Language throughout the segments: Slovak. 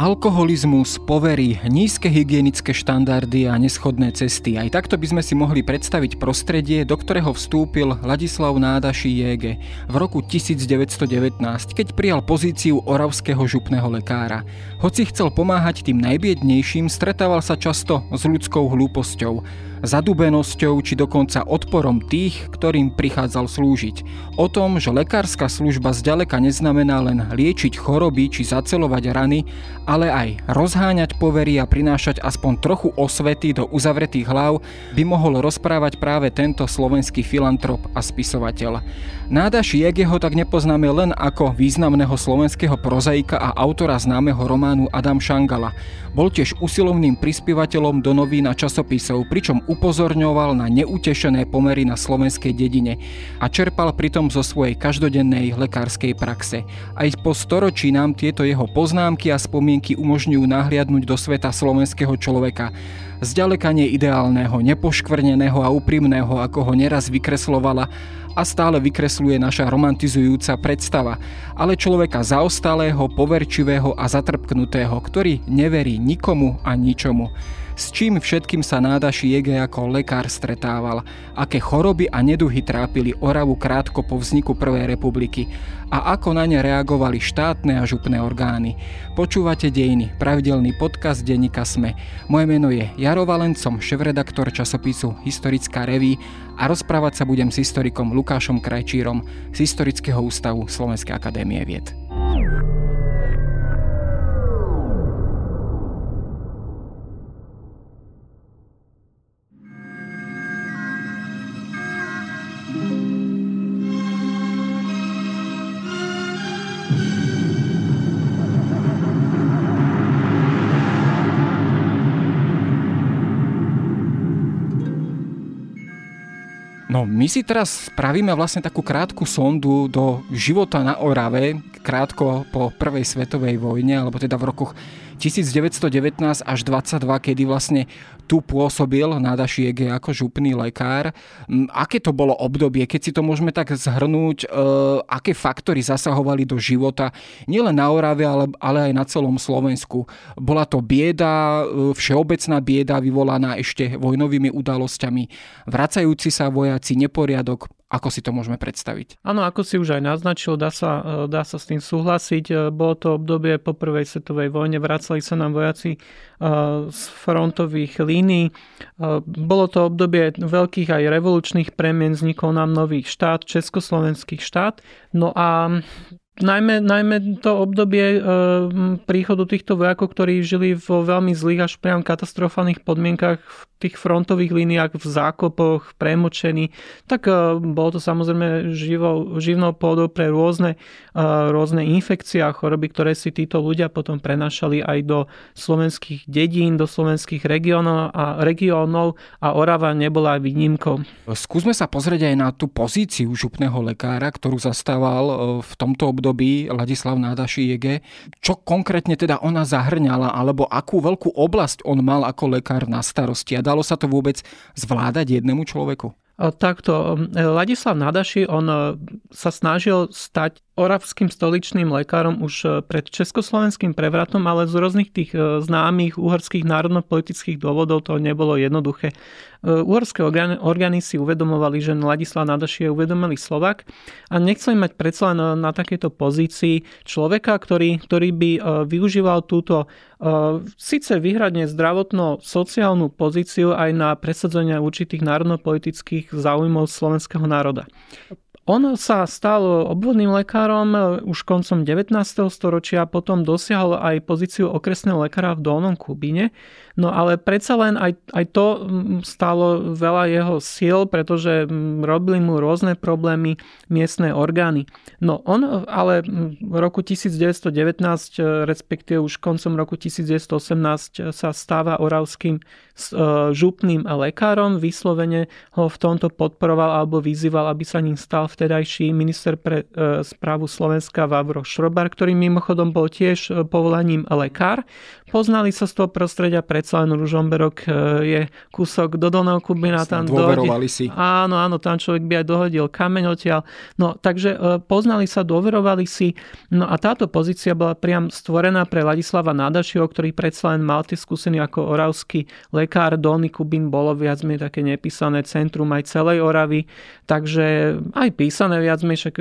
Alkoholizmus, povery, nízke hygienické štandardy a neschodné cesty. Aj takto by sme si mohli predstaviť prostredie, do ktorého vstúpil Ladislav Nádaši Jége v roku 1919, keď prijal pozíciu oravského župného lekára. Hoci chcel pomáhať tým najbiednejším, stretával sa často s ľudskou hlúposťou, zadubenosťou či dokonca odporom tých, ktorým prichádzal slúžiť. O tom, že lekárska služba zďaleka neznamená len liečiť choroby či zaceľovať rany, ale aj rozháňať povery a prinášať aspoň trochu osvety do uzavretých hlav, by mohol rozprávať práve tento slovenský filantrop a spisovateľ. Nádaš Jégeho tak nepoznáme len ako významného slovenského prozaika a autora známeho románu Adam Šangala. Bol tiež usilovným prispievateľom do novín a časopisov, pričom upozorňoval na neutešené pomery na slovenskej dedine a čerpal pritom zo svojej každodennej lekárskej praxe. Aj po storočí nám tieto jeho poznámky a spomienky umožňujú nahliadnúť do sveta slovenského človeka. Zďaleka nie ideálneho, nepoškvrneného a úprimného, ako ho neraz vykreslovala a stále vykresľuje naša romantizujúca predstava, ale človeka zaostalého, poverčivého a zatrpknutého, ktorý neverí nikomu a ničomu. S čím všetkým sa Nádaš Jége ako lekár stretával, aké choroby a neduhy trápili Oravu krátko po vzniku Prvej republiky a ako na ne reagovali štátne a župné orgány. Počúvate Dejiny, pravidelný podcast denníka SME. Moje meno je Jaro Valencom, šéfredaktor časopisu Historická reví a rozprávať sa budem s historikom Lukášom Krajčírom z Historického ústavu Slovenskej akadémie vied. No, my si teraz spravíme vlastne takú krátku sondu do života na Orave, krátko po Prvej svetovej vojne, alebo teda v rokoch 1919 až 22, kedy vlastne tu pôsobil Nádaš Jége ako župný lekár. Aké to bolo obdobie, keď si to môžeme tak zhrnúť, aké faktory zasahovali do života nielen na Orave, ale aj na celom Slovensku? Bola to bieda, všeobecná bieda vyvolaná ešte vojnovými udalosťami, vracajúci sa vojaci, neporiadok. Ako si to môžeme predstaviť? Áno, ako si už aj naznačil, dá sa s tým súhlasiť. Bolo to obdobie po Prvej svetovej vojne, vracali sa nám vojaci z frontových línií. Bolo to obdobie veľkých aj revolučných premien, vznikol nám nový štát, Československý štát. No a najmä to obdobie príchodu týchto vojakov, ktorí žili vo veľmi zlých až priam katastrofálnych podmienkach v tých frontových líniách, v zákopoch, premočení, tak bolo to samozrejme živnou pôdou pre rôzne infekcie a choroby, ktoré si títo ľudia potom prenášali aj do slovenských dedín, do slovenských regiónov a Orava nebola výnimkou. Skúsme sa pozrieť aj na tú pozíciu župného lekára, ktorú zastával v tomto období Ladislav Nádaš Jége. Čo konkrétne teda ona zahrňala, alebo akú veľkú oblasť on mal ako lekár na starosti? A dalo sa to vôbec zvládať jednému človeku? Takto, Ladislav Nádaši, on sa snažil stať oravským stoličným lekárom už pred československým prevratom, ale z rôznych tých známych uhorských národnopolitických dôvodov to nebolo jednoduché. Uhorské orgány si uvedomovali, že Ladislav Nádaši je uvedomelý Slovák a nechceli mať predsa len na takejto pozícii človeka, ktorý by využíval túto síce výhradne zdravotno-sociálnu pozíciu aj na presadzovanie určitých národnopolitických záujmov slovenského národa. On sa stal obvodným lekárom už koncom 19. storočia, potom dosiahol aj pozíciu okresného lekára v Dolnom Kubíne. No ale predsa len aj to stálo veľa jeho síl, pretože robili mu rôzne problémy miestne orgány. No on ale v roku 1919, respektíve už koncom roku 1918 sa stáva oravským župným lekárom. Vyslovene ho v tomto podporoval alebo vyzýval, aby sa ním stal vtedajší minister pre správu Slovenska Vavro Šrobar, ktorý mimochodom bol tiež povolaním lekár. poznali sa z toho prostredia, predsa len Ružomberok je kúsok do Dolného Kubína. Dôverovali si. Áno, tam človek by aj dohodil kameň odtiaľ. No, takže poznali sa, dôverovali si. No a táto pozícia bola priam stvorená pre Ladislava Nádašího, ktorý predsa len mal tie skúsení ako oravský lekár. Dolný Kubín bolo viac menej také nepísané centrum aj celej Oravy, takže aj písané viac menej, však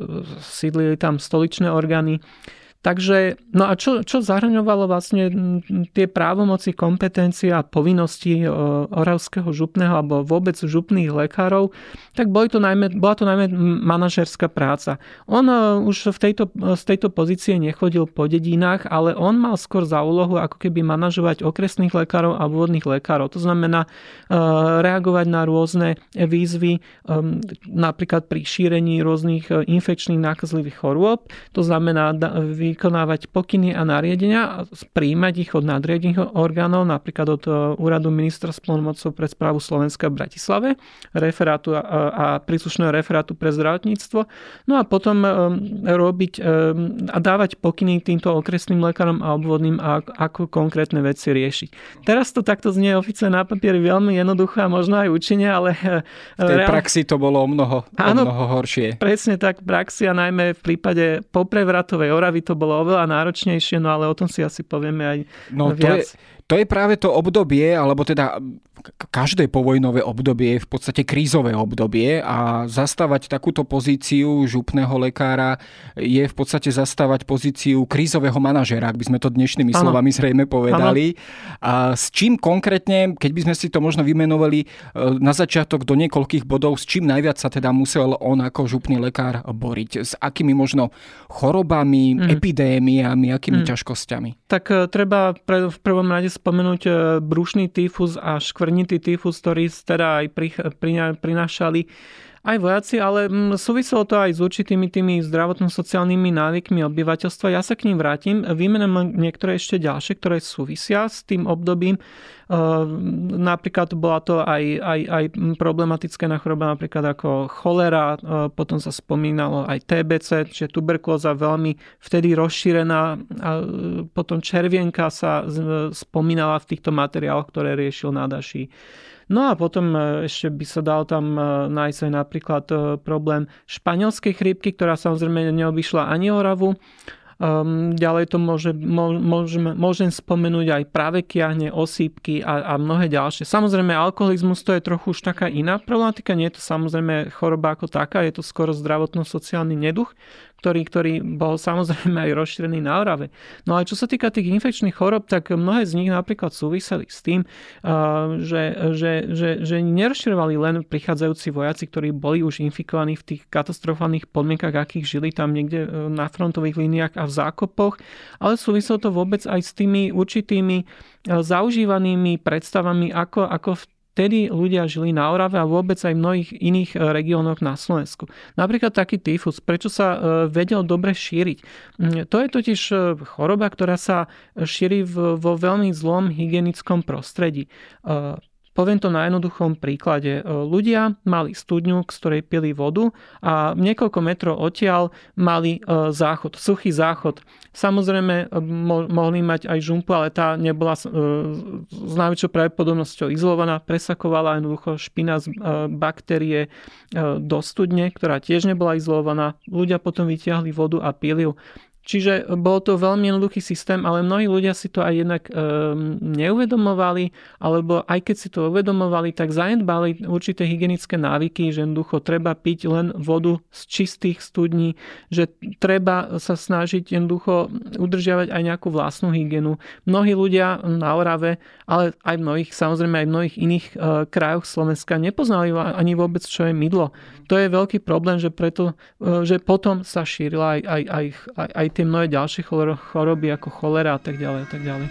sídlili tam stoličné orgány. Takže, no a čo zahŕňovalo vlastne tie právomoci, kompetencie a povinnosti oravského župného alebo vôbec župných lekárov, tak bola to najmä manažerská práca. On už z tejto pozície nechodil po dedinách, ale on mal skôr za úlohu ako keby manažovať okresných lekárov a obvodných lekárov. To znamená reagovať na rôzne výzvy, napríklad pri šírení rôznych infekčných nákazlivých chorôb. To znamená vykonávať pokyny a nariadenia, prijímať ich od nadriadených orgánov, napríklad od úradu ministra splnomocnov pre správu Slovenska v Bratislave, referátu a príslušného referátu pre zdravotníctvo. No a potom robiť a dávať pokyny týmto okresným lekárom a obvodným, ako konkrétne veci riešiť. Teraz to takto znie oficiálne na papieri veľmi jednoduché a možno aj účinne, ale v tej praxi to bolo o mnoho horšie. Presne tak, v praxi a najmä v prípade poprevratovej Oravy to bolo oveľa náročnejšie, no ale o tom si asi povieme aj viac. To je práve to obdobie, alebo teda každé povojnové obdobie je v podstate krízové obdobie a zastávať takúto pozíciu župného lekára je v podstate zastávať pozíciu krízového manažera, ak by sme to dnešnými slovami zrejme povedali. A s čím konkrétne, keď by sme si to možno vymenovali na začiatok do niekoľkých bodov, s čím najviac sa teda musel on ako župný lekár boriť? S akými možno chorobami, epidémiami, akými ťažkosťami? Tak treba v prvom rade spomenúť brušný tyfus a škvrnitý tyfus, ktorý teda aj prinášali aj vojaci, ale súviselo to aj s určitými tými zdravotno-sociálnymi návykmi obyvateľstva. Ja sa k ním vrátim. Vymenujem niektoré ešte ďalšie, ktoré súvisia s tým obdobím. Napríklad bola to aj problematické na choroba, napríklad ako cholera, potom sa spomínalo aj TBC, čiže tuberkulóza veľmi vtedy rozšírená, a potom červienka sa spomínala v týchto materiáloch, ktoré riešil Nádaší. No a potom ešte by sa dal tam nájsť aj napríklad problém španielskej chrípky, ktorá samozrejme neobyšla ani Oravu. Ďalej to môžem spomenúť aj práve kiahne, osýpky a mnohé ďalšie. Samozrejme, alkoholizmus to je trochu už taká iná problematika. Nie je to samozrejme choroba ako taká, je to skoro zdravotno-sociálny neduch, ktorý bol samozrejme aj rozšírený na Orave. No ale čo sa týka tých infekčných chorób, tak mnohé z nich napríklad súviseli s tým, že nerozširovali len prichádzajúci vojaci, ktorí boli už infikovaní v tých katastrofálnych podmienkach, akých žili tam niekde na frontových líniách a v zákopoch, ale súviselo to vôbec aj s tými určitými zaužívanými predstavami, ako vtedy ľudia žili na Orave a vôbec aj v mnohých iných regiónoch na Slovensku. Napríklad taký tyfus, prečo sa vedel dobre šíriť? To je totiž choroba, ktorá sa šíri vo veľmi zlom hygienickom prostredí. Poviem to na jednoduchom príklade. Ľudia mali studňu, z ktorej pili vodu a niekoľko metrov odtiaľ mali záchod, suchý záchod. Samozrejme mohli mať aj žumpu, ale tá nebola s najväčšou pravdepodobnosťou izolovaná, presakovala jednoducho špina z baktérie do studne, ktorá tiež nebola izolovaná. Ľudia potom vytiahli vodu a pili ju. Čiže bol to veľmi jednoduchý systém, ale mnohí ľudia si to aj jednak neuvedomovali, alebo aj keď si to uvedomovali, tak zanedbali určité hygienické návyky, že jednoducho treba piť len vodu z čistých studní, že treba sa snažiť jednoducho udržiavať aj nejakú vlastnú hygienu. Mnohí ľudia na Orave, ale aj samozrejme aj v mnohých iných krajoch Slovenska nepoznali ani vôbec, čo je mydlo. To je veľký problém, že potom sa šírila aj tie mnohé ďalšie choroby ako cholera a tak ďalej a tak ďalej.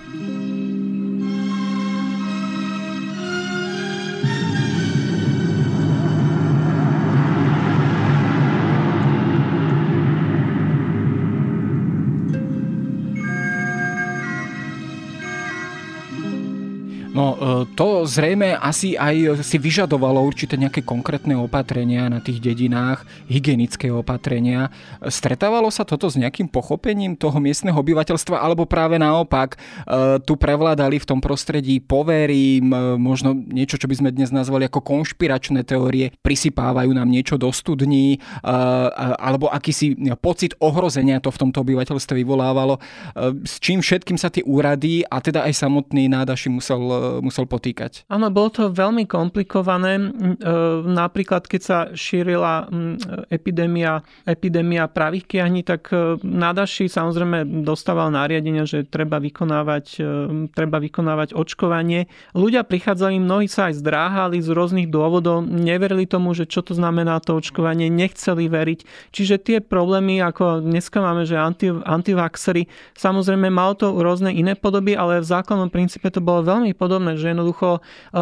No, To zrejme asi aj si vyžadovalo určité nejaké konkrétne opatrenia na tých dedinách, hygienické opatrenia. Stretávalo sa toto s nejakým pochopením toho miestneho obyvateľstva, alebo práve naopak tu prevládali v tom prostredí povery, možno niečo, čo by sme dnes nazvali ako konšpiračné teórie, prisypávajú nám niečo do studní, alebo akýsi pocit ohrozenia to v tomto obyvateľstve vyvolávalo, s čím všetkým sa tie úrady a teda aj samotný Nádaši musel potýkať. Áno, bolo to veľmi komplikované. Napríklad, keď sa šírila epidémia pravých kiahní, tak Nádaši samozrejme dostával nariadenia, že treba vykonávať očkovanie. Ľudia prichádzali, mnohí sa aj zdráhali z rôznych dôvodov, neverili tomu, že čo to znamená to očkovanie, nechceli veriť. Čiže tie problémy, ako dneska máme, že antivaxery, samozrejme malo to rôzne iné podoby, ale v základnom princípe to bolo veľmi podobné, že jednoducho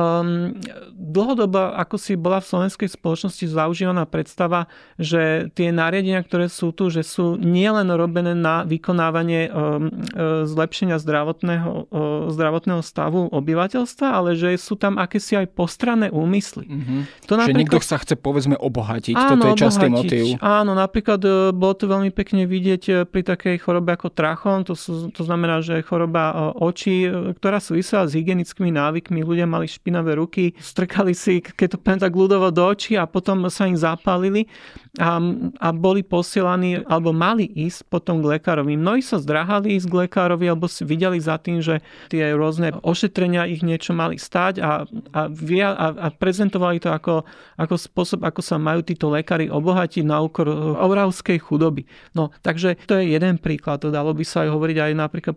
dlhodobo, ako si bola v slovenskej spoločnosti zaužívaná predstava, že tie nariadenia, ktoré sú tu, že sú nielen robené na vykonávanie zlepšenia zdravotného stavu obyvateľstva, ale že sú tam akési aj postranné úmysly. To napríklad, že niekto sa chce, povedzme, obohatiť. Toto je častý motív. Áno, napríklad bolo to veľmi pekne vidieť pri takej chorobe ako trachón, to znamená, že choroba očí, ktorá súvisela s hygienickými návykmi. Ľudia mali špinavé ruky, strkali si, keď to poviem tak ľudovo, do očí a potom sa im zapálili a boli posielaní, alebo mali ísť potom k lekárovi. Mnohí sa zdráhali ísť k lekárovi, alebo si videli za tým, že tie rôzne ošetrenia ich niečo mali stáť a prezentovali to ako spôsob, ako sa majú títo lekári obohatiť na úkor obrovskej chudoby. No, takže to je jeden príklad. Dalo by sa aj hovoriť aj napríklad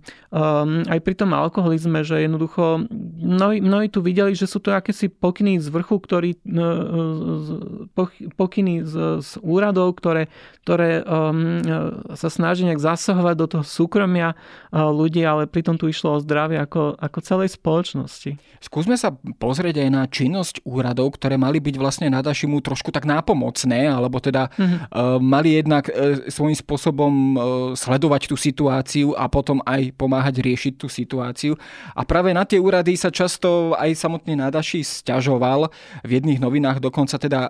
pri tom alkoholizme, že jednoducho mnohí tu videli, že sú to akési pokyny z vrchu, pokyny z úradov, ktoré sa snaží nejak zasahovať do toho súkromia ľudí, ale pritom tu išlo o zdravie ako celej spoločnosti. Skúsme sa pozrieť aj na činnosť úradov, ktoré mali byť vlastne Nádašimu trošku tak nápomocné, alebo teda mali jednak svojím spôsobom sledovať tú situáciu a potom aj pomáhať riešiť tú situáciu. A práve na tie úrady sa často aj samotný Nádaši sťažoval. V jedných novinách dokonca teda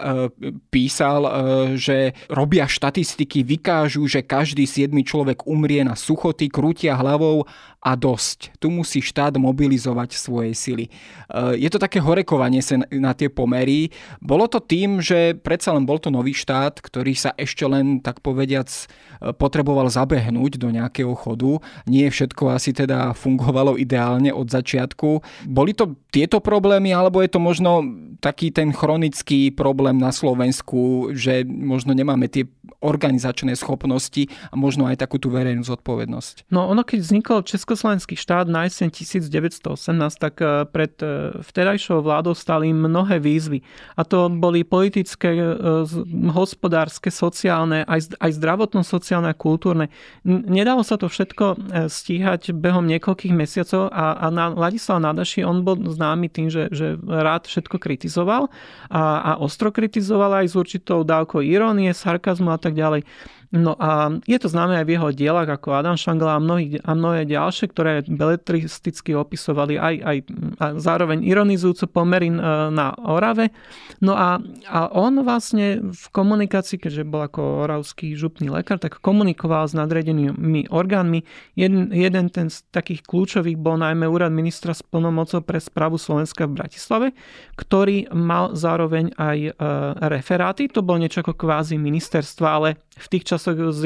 písal, že robia štatistiky, vykážu, že každý 7. človek umrie na suchoty, krútia hlavou a dosť. Tu musí štát mobilizovať svoje sily. Je to také horekovanie sa na tie pomery. Bolo to tým, že predsa len bol to nový štát, ktorý sa ešte len, tak povediac, potreboval zabehnúť do nejakého chodu. Nie všetko asi teda fungovalo ideálne od začiatku. Boli to tieto problémy, alebo je to možno taký ten chronický problém na Slovensku, že možno nemáme tie organizačné schopnosti a možno aj takú tú verejnú zodpovednosť? No ono, keď vznikol Československý štát na jeseň 1918, tak pred vtedajšou vládou stáli mnohé výzvy. A to boli politické, hospodárske, sociálne, aj zdravotno-sociálne a kultúrne. Nedalo sa to všetko stíhať behom niekoľkých mesiacov a Ladislav Nádaši, on bol známy tým, že rád všetko kritizoval a ostro kritizoval aj s určitou dávkou irónie, sarkazmu a tak ďalej. No a je to známe aj v jeho dielach ako Adam Šangla a mnohé ďalšie, ktoré beletristicky opisovali aj zároveň ironizujúco pomery na Orave. No a on vlastne v komunikácii, keďže bol ako oravský župný lekár, tak komunikoval s nadriadenými orgánmi. Jeden ten z takých kľúčových bol najmä úrad ministra s plnomocou pre správu Slovenska v Bratislave, ktorý mal zároveň aj referáty. To bolo niečo ako kvázi ministerstva, ale v tých časoch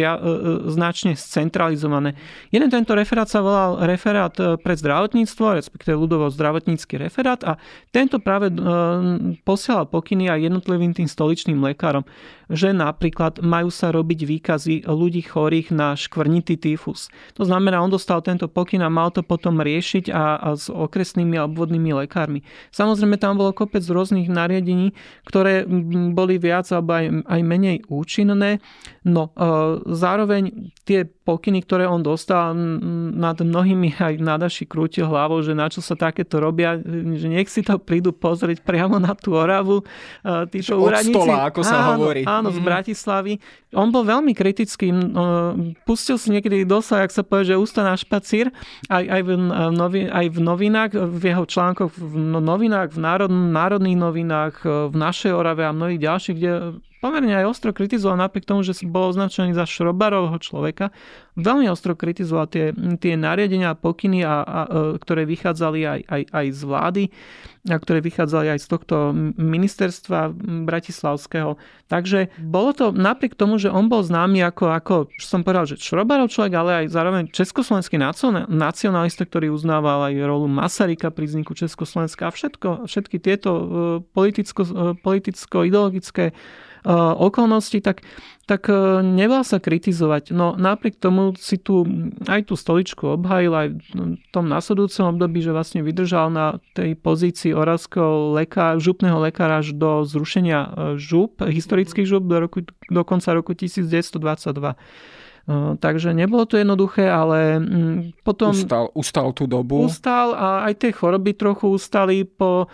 značne scentralizované. Jeden tento referát sa volal referát pre zdravotníctvo, respektíve ľudovo zdravotnícky referát a tento práve posielal pokyny aj jednotlivým tým stoličným lekárom, že napríklad majú sa robiť výkazy ľudí chorých na škvrnitý tyfus. To znamená, on dostal tento pokyn a mal to potom riešiť a s okresnými a obvodnými lekármi. Samozrejme, tam bolo kopec rôznych nariadení, ktoré boli viac alebo aj menej účinné. No, zároveň tie pokyny, ktoré on dostal, nad mnohými aj Nádaši krútil hlavou, že na čo sa takéto robia, že nech si to prídu pozrieť priamo na tú Oravu. Títo úradníci, od stola, ako sa hovorí. Áno, z Bratislavy. On bol veľmi kritický. Pustil si niekedy dosah, ak sa povie, že ústa na špacír, aj v novinách, v jeho článkoch v novinách, v národných novinách, v Našej Orave a mnohých ďalších, kde pomerne aj ostro kritizoval, napriek tomu, že bol označený za šrobarovho človeka, veľmi ostro kritizoval tie nariadenia a pokyny, ktoré vychádzali aj z vlády, a ktoré vychádzali aj z tohto ministerstva bratislavského. Takže bolo to napriek tomu, že on bol známy ako som povedal, že šrobarov človek, ale aj zároveň československý nacionalista, ktorý uznával aj rolu Masaryka pri vzniku Československa a všetky tieto politicko-ideologické okolnosti, tak nebal sa kritizovať. No napriek tomu si aj tú stoličku obhájil aj v tom nasledujúcom období, že vlastne vydržal na tej pozícii oravského župného lekára až do zrušenia historických žup do konca roku 1922. Takže nebolo to jednoduché, ale potom Ustal tú dobu. Ustal a aj tie choroby trochu ustali po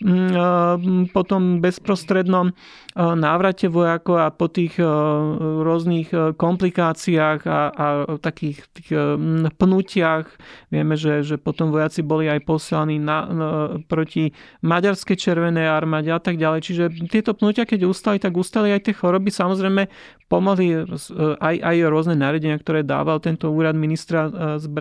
tom bezprostrednom návrate vojakov a po tých rôznych komplikáciách a takých tých pnutiach. Vieme, že potom vojaci boli aj poslaní proti maďarskej červenej armáde a tak ďalej. Čiže tieto pnutia, keď ustali, tak ustali aj tie choroby. Samozrejme pomohli aj rôzne nariadenia, ktoré dával tento úrad ministra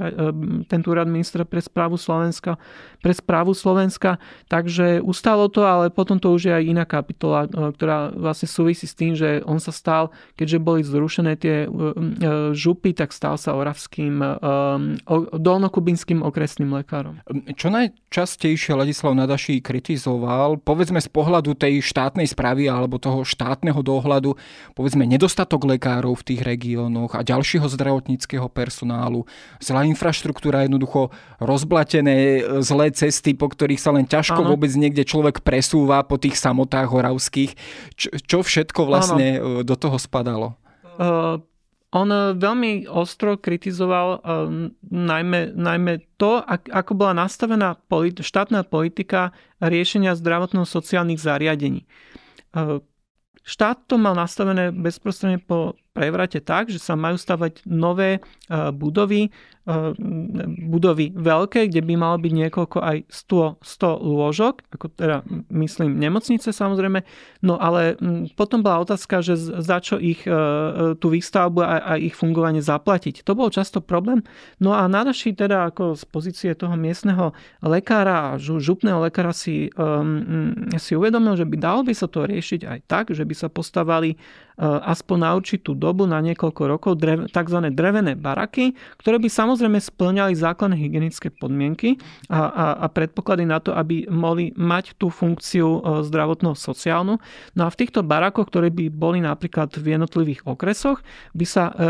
pre správu Slovenska. Takže ustalo to, ale potom to už je aj iná kapitola, ktorá vlastne súvisí s tým, že on sa stal, keďže boli zrušené tie župy, tak stal sa oravským dolnokubinským okresným lekárom. Čo najčastejšie Ladislav Nadaší kritizoval, povedzme z pohľadu tej štátnej správy alebo toho štátneho dohľadu, povedzme nedostatok lekárov v tých regiónoch a ďalšieho zdravotníckeho personálu, zlá infraštruktúra, jednoducho rozblatené zlé cesty, po ktorých sa len ťažko vôbec niekde človek presúva po tých samotách oravských. Čo všetko vlastne do toho spadalo? On veľmi ostro kritizoval najmä to, ako bola nastavená štátna politika riešenia zdravotno-sociálnych zariadení. Štát to mal nastavené bezprostredne po prevrate tak, že sa majú stavať nové budovy veľké, kde by malo byť niekoľko aj 100 lôžok, ako teda myslím nemocnice samozrejme, no ale potom bola otázka, že za čo ich tú výstavbu a ich fungovanie zaplatiť. To bol často problém. No a Nadaší teda ako z pozície toho miestneho lekára a župného lekára si uvedomil, že dalo by sa to riešiť aj tak, že by sa postavali aspoň na určitú dobu, na niekoľko rokov, tzv. Drevené baraky, ktoré by samozrejme spĺňali základné hygienické podmienky a predpoklady na to, aby mohli mať tú funkciu zdravotno-sociálnu. No a v týchto barakoch, ktoré by boli napríklad v jednotlivých okresoch, by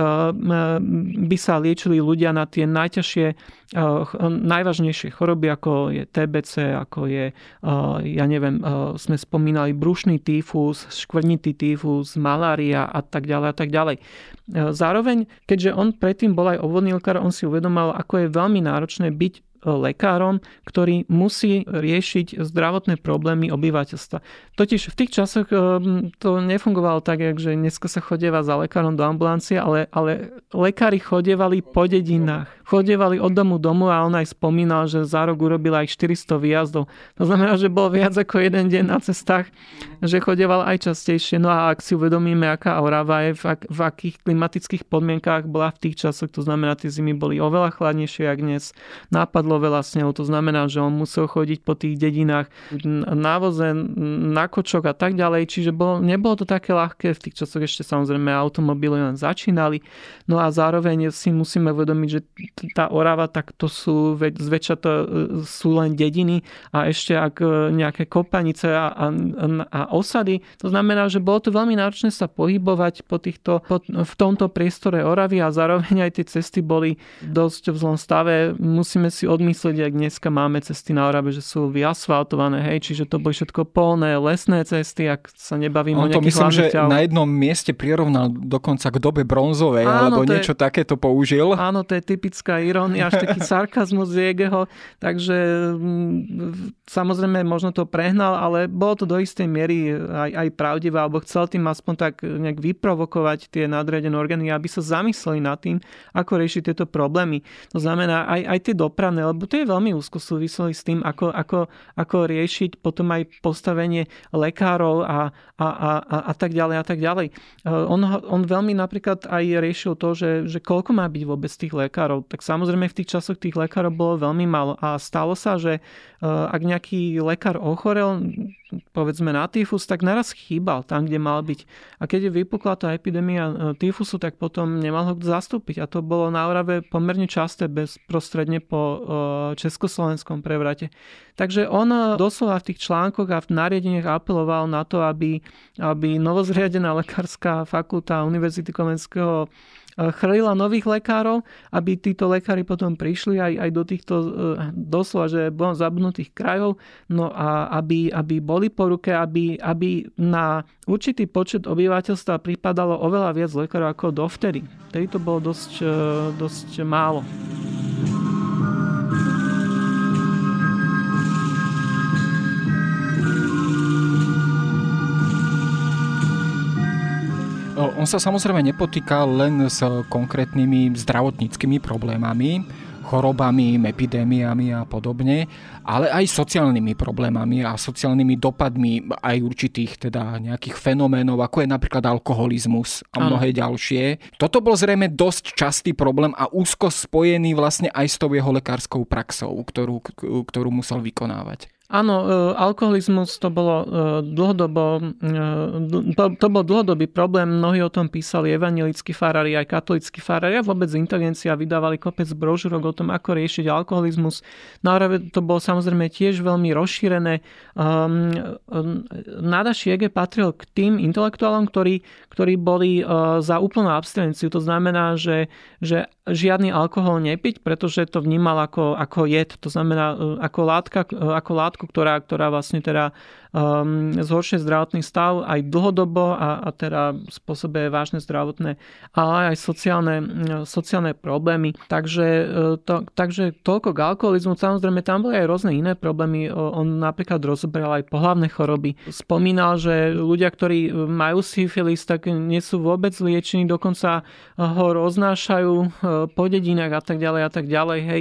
sa liečili ľudia na tie najvážnejšie choroby, ako je TBC, ako je, sme spomínali brušný tyfus, škvrnitý tyfus, malária a tak ďalej. Zároveň, keďže on predtým bol aj obvodný lekár, on si uvedomal, ako je veľmi náročné byť lekárom, ktorý musí riešiť zdravotné problémy obyvateľstva. Totiž v tých časoch to nefungovalo tak, že dneska sa chodieva za lekárom do ambulancie, ale lekári chodievali po dedinách. Chodievali od domu a on aj spomínal, že za rok urobil aj 400 výjazdov. To znamená, že bol viac ako jeden deň na cestách, že chodieval aj častejšie. No a ak si uvedomíme, aká Orava je, v akých klimatických podmienkách bola v tých časoch, to znamená, tie zimy boli oveľa chladnejšie, ako dnes. Nápadlo veľa snehov, to znamená, že on musel chodiť po tých dedinách na voze, na kočok a tak ďalej, čiže nebolo to také ľahké, v tých časoch ešte samozrejme automobily len začínali, no a zároveň si musíme uvedomiť, že tá Orava, tak to sú, zväčša to sú len dediny a ešte ak nejaké kopanice a osady, to znamená, že bolo to veľmi náročné sa pohybovať v tomto priestore Oravy a zároveň aj tie cesty boli dosť v zlom stave, musíme si odmyslieť, ak dneska máme cesty na Orave, že sú vyasfaltované, hej, čiže to boli všetko polné, lesné cesty, ak sa nebavíme o nejakých myslím, hlavných že na jednom mieste prirovnal dokonca k dobe bronzovej, alebo niečo takéto použil. Áno, to je typická irónia, až taký sarkazmus Jegeho, takže samozrejme možno to prehnal, ale bolo to do istej miery aj pravdivé, alebo chcel tým aspoň tak nejak vyprovokovať tie nadriadené orgány, aby sa zamysleli nad tým, ako riešiť tieto problémy. To znamená aj tie dopravné, lebo to je veľmi úzko súvislé s tým, ako riešiť potom aj postavenie lekárov a tak ďalej a tak ďalej. On veľmi napríklad aj riešil to, že koľko má byť vôbec tých lekárov. Tak samozrejme v tých časoch tých lekárov bolo veľmi málo a stalo sa, že ak nejaký lekár ochorel, povedzme na tyfus, tak naraz chýbal tam, kde mal byť. A keď vypukla tá epidémia tyfusu, tak potom nemal ho kto zastúpiť. A to bolo na Orave pomerne časté bezprostredne po československom prevrate. Takže on doslova v tých článkoch a v nariadeniach apeloval na to, aby novozriadená lekárska fakulta Univerzity Komenského chrlila nových lekárov, aby títo lekári potom prišli aj do týchto doslova, že zabudnutých krajov, no a aby boli po ruke, aby na určitý počet obyvateľstva pripadalo oveľa viac lekárov ako dovtedy. Vtedy to bolo dosť málo. On sa samozrejme nepotýka len s konkrétnymi zdravotníckymi problémami, chorobami, epidémiami a podobne, ale aj sociálnymi problémami a sociálnymi dopadmi aj určitých teda nejakých fenoménov, ako je napríklad alkoholizmus a mnohé ďalšie. Toto bol zrejme dosť častý problém a úzko spojený vlastne aj s tou jeho lekárskou praxou, ktorú musel vykonávať. Áno, alkoholizmus to bol dlhodobý problém. Mnohí o tom písali evanjelickí farári, aj katolícki farári a vôbec inteligencia vydávali kopec brožúrok o tom, ako riešiť alkoholizmus. Na Orave to bolo samozrejme tiež veľmi rozšírené. Nádaš Jege patril k tým intelektuálom, ktorí boli za úplnú abstinenciu. To znamená, že žiadny alkohol nepiť, pretože to vnímal ako jed. To znamená ako látku, ktorá vlastne teda zhoršuje zdravotný stav aj dlhodobo a teda spôsobuje vážne zdravotné, ale aj sociálne problémy. Takže toľko k alkoholizmu. Samozrejme, tam boli aj rôzne iné problémy. On napríklad rozoberal aj pohlavné choroby. Spomínal, že ľudia, ktorí majú syfilis, tak nie sú vôbec liečení, dokonca ho roznášajú po dedinách a tak ďalej. Hej.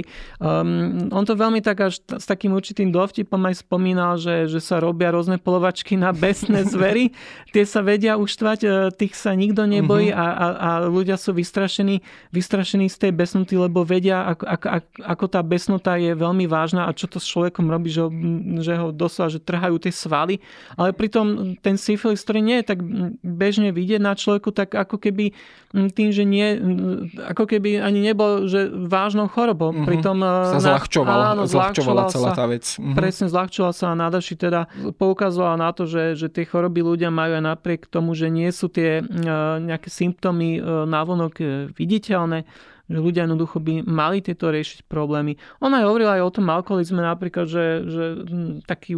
On to veľmi tak až s takým určitým dovtipom aj spomínal, že sa robia rôzne polovačky na besné zvery. Tie sa vedia uštvať, tých sa nikto nebojí a ľudia sú vystrašení z tej besnoty, lebo vedia, ako tá besnota je veľmi vážna a čo to s človekom robí, že ho doslova, že trhajú tie svaly. Ale pritom ten syfilis, ktorý nie je tak bežne vidieť na človeku, tak ako keby tým, že nie, ako keby ani nebol, že vážnou chorobou. Pritom sa zľahčovala celá tá vec. Presne, zľahčovala sa a Nádaši teda poukazovala na to, že tie choroby ľudia majú aj napriek tomu, že nie sú tie nejaké symptómy návonok viditeľné, že ľudia jednoducho by mali tieto riešiť problémy. On aj hovoril aj o tom alkoholizme napríklad, že taký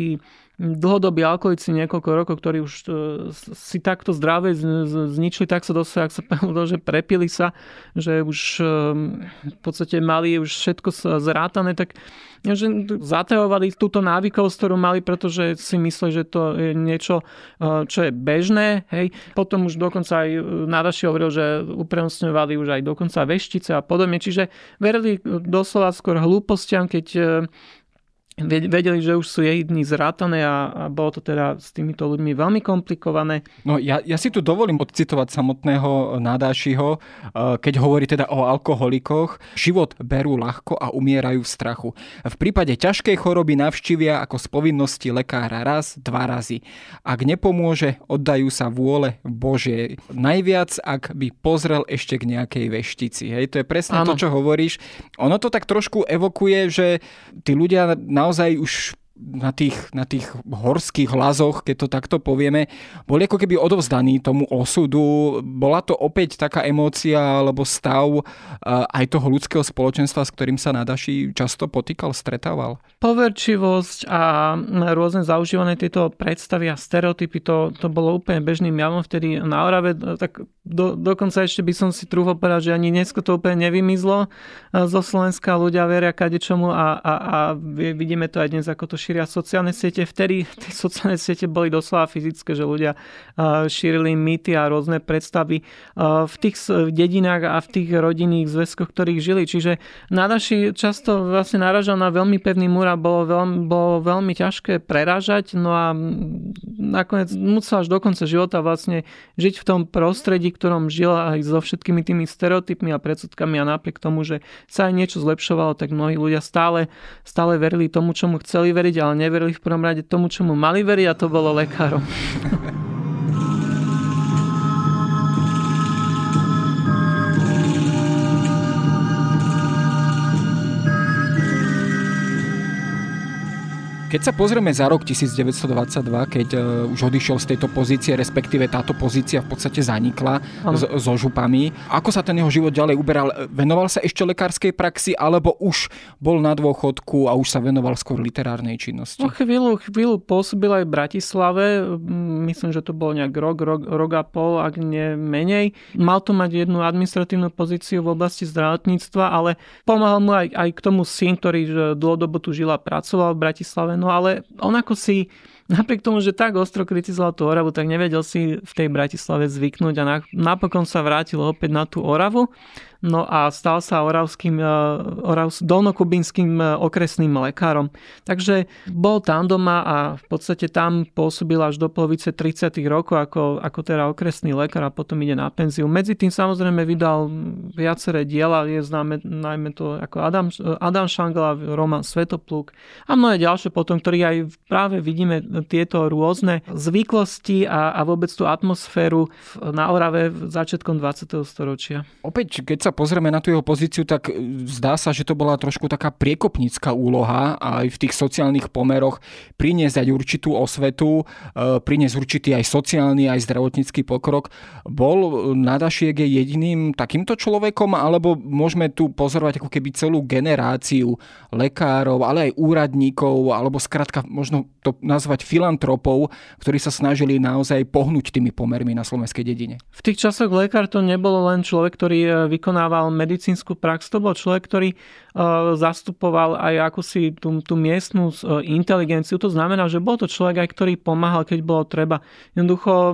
dlhodobí alkoholici niekoľko rokov, ktorí už si takto zdravie zničili, tak sa dosť, ak sa povedalo, že prepili sa, že už v podstate mali už všetko zrátané, tak že zatajovali túto návykov, ktorú mali, pretože si mysleli, že to je niečo, čo je bežné. Hej. Potom už dokonca aj Nádaši hovoril, že uprednostňovali už aj dokonca veštice a podobne. Čiže verili doslova skôr hlúpostiam, keď vedeli, že už sú jej dni zrátané a bolo to teda s týmito ľuďmi veľmi komplikované. No ja si tu dovolím odcitovať samotného Nádašiho, keď hovorí teda o alkoholikoch. Život berú ľahko a umierajú v strachu. V prípade ťažkej choroby navštívia ako z povinnosti lekára raz, 2 razy. Ak nepomôže, oddajú sa vôle Božej. Najviac, ak by pozrel ešte k nejakej veštici. Hej, to je presne to, čo hovoríš. Ono to tak trošku evokuje, že tí ľudia naozaj už na tých horských lazoch, keď to takto povieme, boli ako keby odovzdaní tomu osudu. Bola to opäť taká emócia alebo stav aj toho ľudského spoločenstva, s ktorým sa Nádaši často potýkal, stretával? Poverčivosť a rôzne zaužívané tieto predstavy a stereotypy, to bolo úplne bežným javom vtedy na Orave. Tak dokonca ešte by som si trúfal povedať, že ani dnes to úplne nevymizlo zo Slovenska. Ľudia veria kadečomu a vidíme to aj dnes, ako to šíria sociálne siete. Vtedy tie sociálne siete boli doslova fyzické, že ľudia šírili mýty a rôzne predstavy v tých dedinách a v tých rodinných zväzkoch, ktorých žili. Čiže Nádaši často vlastne naražal na veľmi pevný múr a bolo veľmi ťažké prerážať. No a nakoniec musel až do konca života vlastne žiť v tom prostredí, v ktorom žila, aj so všetkými tými stereotypmi a predsudkami, a napriek tomu, že sa aj niečo zlepšovalo, tak mnohí ľudia stále verili tomu, čomu chceli veriť, ale neverili v prvom rade tomu, čomu mali veriť, a to bolo lekárom. Keď sa pozrieme za rok 1922, keď už odišiel z tejto pozície, respektíve táto pozícia v podstate zanikla so župami, ako sa ten jeho život ďalej uberal? Venoval sa ešte lekárskej praxi, alebo už bol na dôchodku a už sa venoval skôr literárnej činnosti? No, chvíľu pôsobil aj v Bratislave, myslím, že to bol nejak rok a pol, ak nie menej. Mal tu mať jednu administratívnu pozíciu v oblasti zdravotníctva, ale pomáhal mu aj k tomu syn, ktorý dlhodobo tu žil a pracoval v Bratislave. No ale on ako si, napriek tomu, že tak ostro kritizoval tú Oravu, tak nevedel si v tej Bratislave zvyknúť a napokon sa vrátil opäť na tú Oravu. No a stal sa dolnokubínskym okresným lekárom. Takže bol tam doma a v podstate tam pôsobil až do polovice 30. rokov ako teda okresný lekár a potom ide na penziu. Medzi tým samozrejme vydal viaceré diela, je známe najmä to ako Adam Šangla, román Svetopluk a mnohé ďalšie potom, ktorí aj práve vidíme tieto rôzne zvyklosti a vôbec tú atmosféru na Orave začiatkom 20. storočia. Opäť, keď sa pozrieme na tú jeho pozíciu, tak zdá sa, že to bola trošku taká priekopnícka úloha aj v tých sociálnych pomeroch priniesť aj určitú osvetu, priniesť určitý aj sociálny, aj zdravotnícky pokrok. Bol Nádašiek jediným takýmto človekom, alebo môžeme tu pozorovať ako keby celú generáciu lekárov, ale aj úradníkov, alebo skrátka možno to nazvať filantropov, ktorí sa snažili naozaj pohnúť tými pomermi na slovenskej dedine? V tých časoch lekár to nebolo len človek, ktorý vykonával medicínsku prax, to bol človek, ktorý zastupoval aj akúsi tú miestnu inteligenciu. To znamená, že bol to človek aj, ktorý pomáhal, keď bolo treba. Jednoducho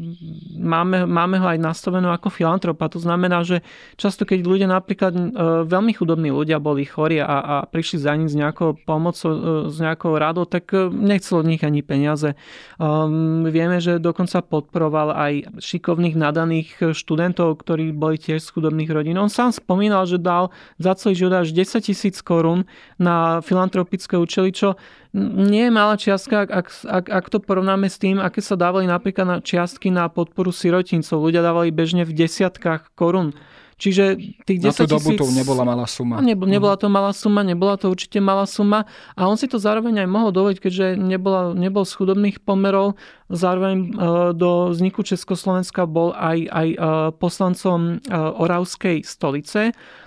máme ho aj nastavenú ako filantropa. To znamená, že často, keď ľudia napríklad veľmi chudobní ľudia boli chorí a prišli za ním s nejakou pomocou, s nejakou radou, tak nechcel od nich ani peniaze. Vieme, že dokonca podporoval aj šikovných, nadaných študentov, ktorí boli tiež z chudobných rodín. On sám spomínal, že dal za celý život až 10 000 korún na filantropické účely, čo nie je malá čiastka, ak to porovnáme s tým, aké sa dávali napríklad na čiastky na podporu sirotincov. Ľudia dávali bežne v desiatkách korún. Čiže tých 10 000... Na tú dobu to nebola malá suma. Nebola to malá suma, nebola to určite malá suma. A on si to zároveň aj mohol dovoliť, keďže nebol z chudobných pomerov. Zároveň do vzniku Československa bol aj poslancom Oravskej stolice.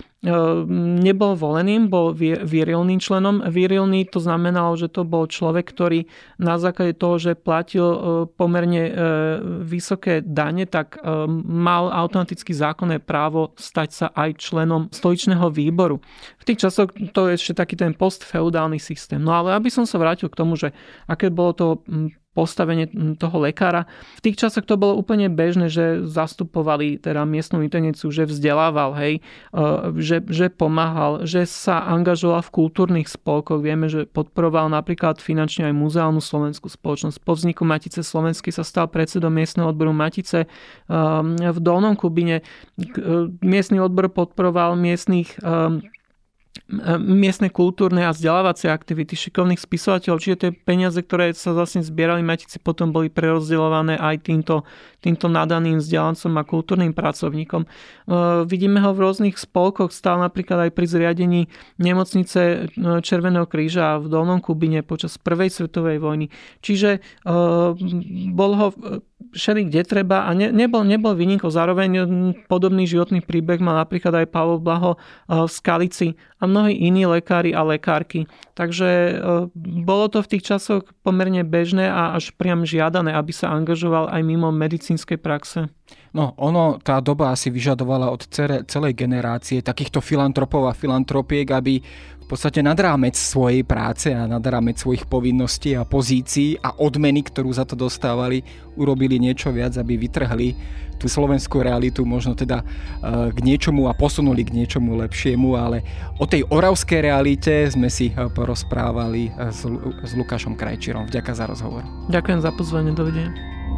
Nebol voleným, bol virilným členom. Virilný to znamenalo, že to bol človek, ktorý na základe toho, že platil pomerne vysoké dane, tak mal automaticky zákonné právo stať sa aj členom stoličného výboru. V tých časoch to je ešte taký ten postfeudálny systém. No ale aby som sa vrátil k tomu, že aké bolo to postavenie toho lekára. V tých časoch to bolo úplne bežné, že zastupovali teda miestnu inteligenciu, že vzdelával, že pomáhal, že sa angažoval v kultúrnych spolkoch. Vieme, že podporoval napríklad finančne aj muzeálnu slovenskú spoločnosť. Po vzniku Matice slovenskej sa stal predsedom miestneho odboru Matice v Dolnom Kubine. Miestny odbor podporoval miestnych miestne kultúrne a vzdelávacie aktivity šikovných spisovateľov, čiže tie peniaze, ktoré sa vlastne zbierali matici, potom boli prerozdeľované aj týmto nadaným vzdelancom a kultúrnym pracovníkom. Vidíme ho v rôznych spolkoch, stál napríklad aj pri zriadení nemocnice Červeného kríža v Dolnom Kubine počas prvej svetovej vojny. Čiže bol ho všeli kde treba a nebol výnikom. Zároveň podobný životný príbeh mal napríklad aj Pavol Blaho v Skalici a mnohí iní lekári a lekárky. Takže bolo to v tých časoch pomerne bežné a až priam žiadané, aby sa angažoval aj mimo medicínskej praxe. No, tá doba asi vyžadovala od celej generácie takýchto filantropov a filantropiek, aby v podstate nad rámec svojej práce a nad rámec svojich povinností a pozícií a odmeny, ktorú za to dostávali, urobili niečo viac, aby vytrhli tú slovenskú realitu možno teda k niečomu a posunuli k niečomu lepšiemu, ale o tej oravskej realite sme si porozprávali s Lukášom Krajčírom. Vďaka za rozhovor. Ďakujem za pozvanie, dovidenia.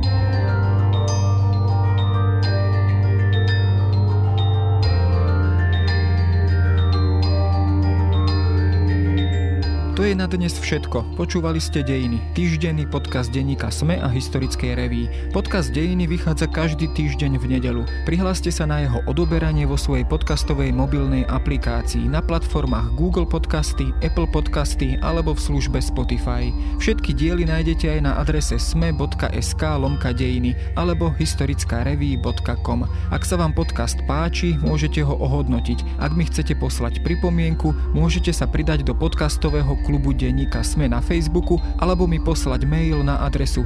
To je na dnes všetko. Počúvali ste Dejiny, týždenný podcast denníka SME a Historickej reví. Podcast Dejiny vychádza každý týždeň v nedeľu. Prihláste sa na jeho odoberanie vo svojej podcastovej mobilnej aplikácii na platformách Google Podcasty, Apple Podcasty alebo v službe Spotify. Všetky diely nájdete aj na adrese sme.sk/dejiny alebo historickareví.com. Ak sa vám podcast páči, môžete ho ohodnotiť. Ak mi chcete poslať pripomienku, môžete sa pridať do podcastového klubu denníka SME na Facebooku alebo mi poslať mail na adresu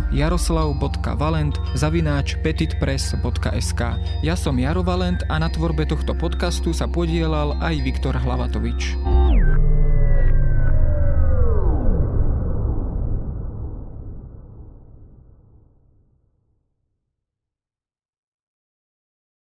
jaroslav.valent@petitpress.sk. Ja som Jaro Valent a na tvorbe tohto podcastu sa podieľal aj Viktor Hlavatovič.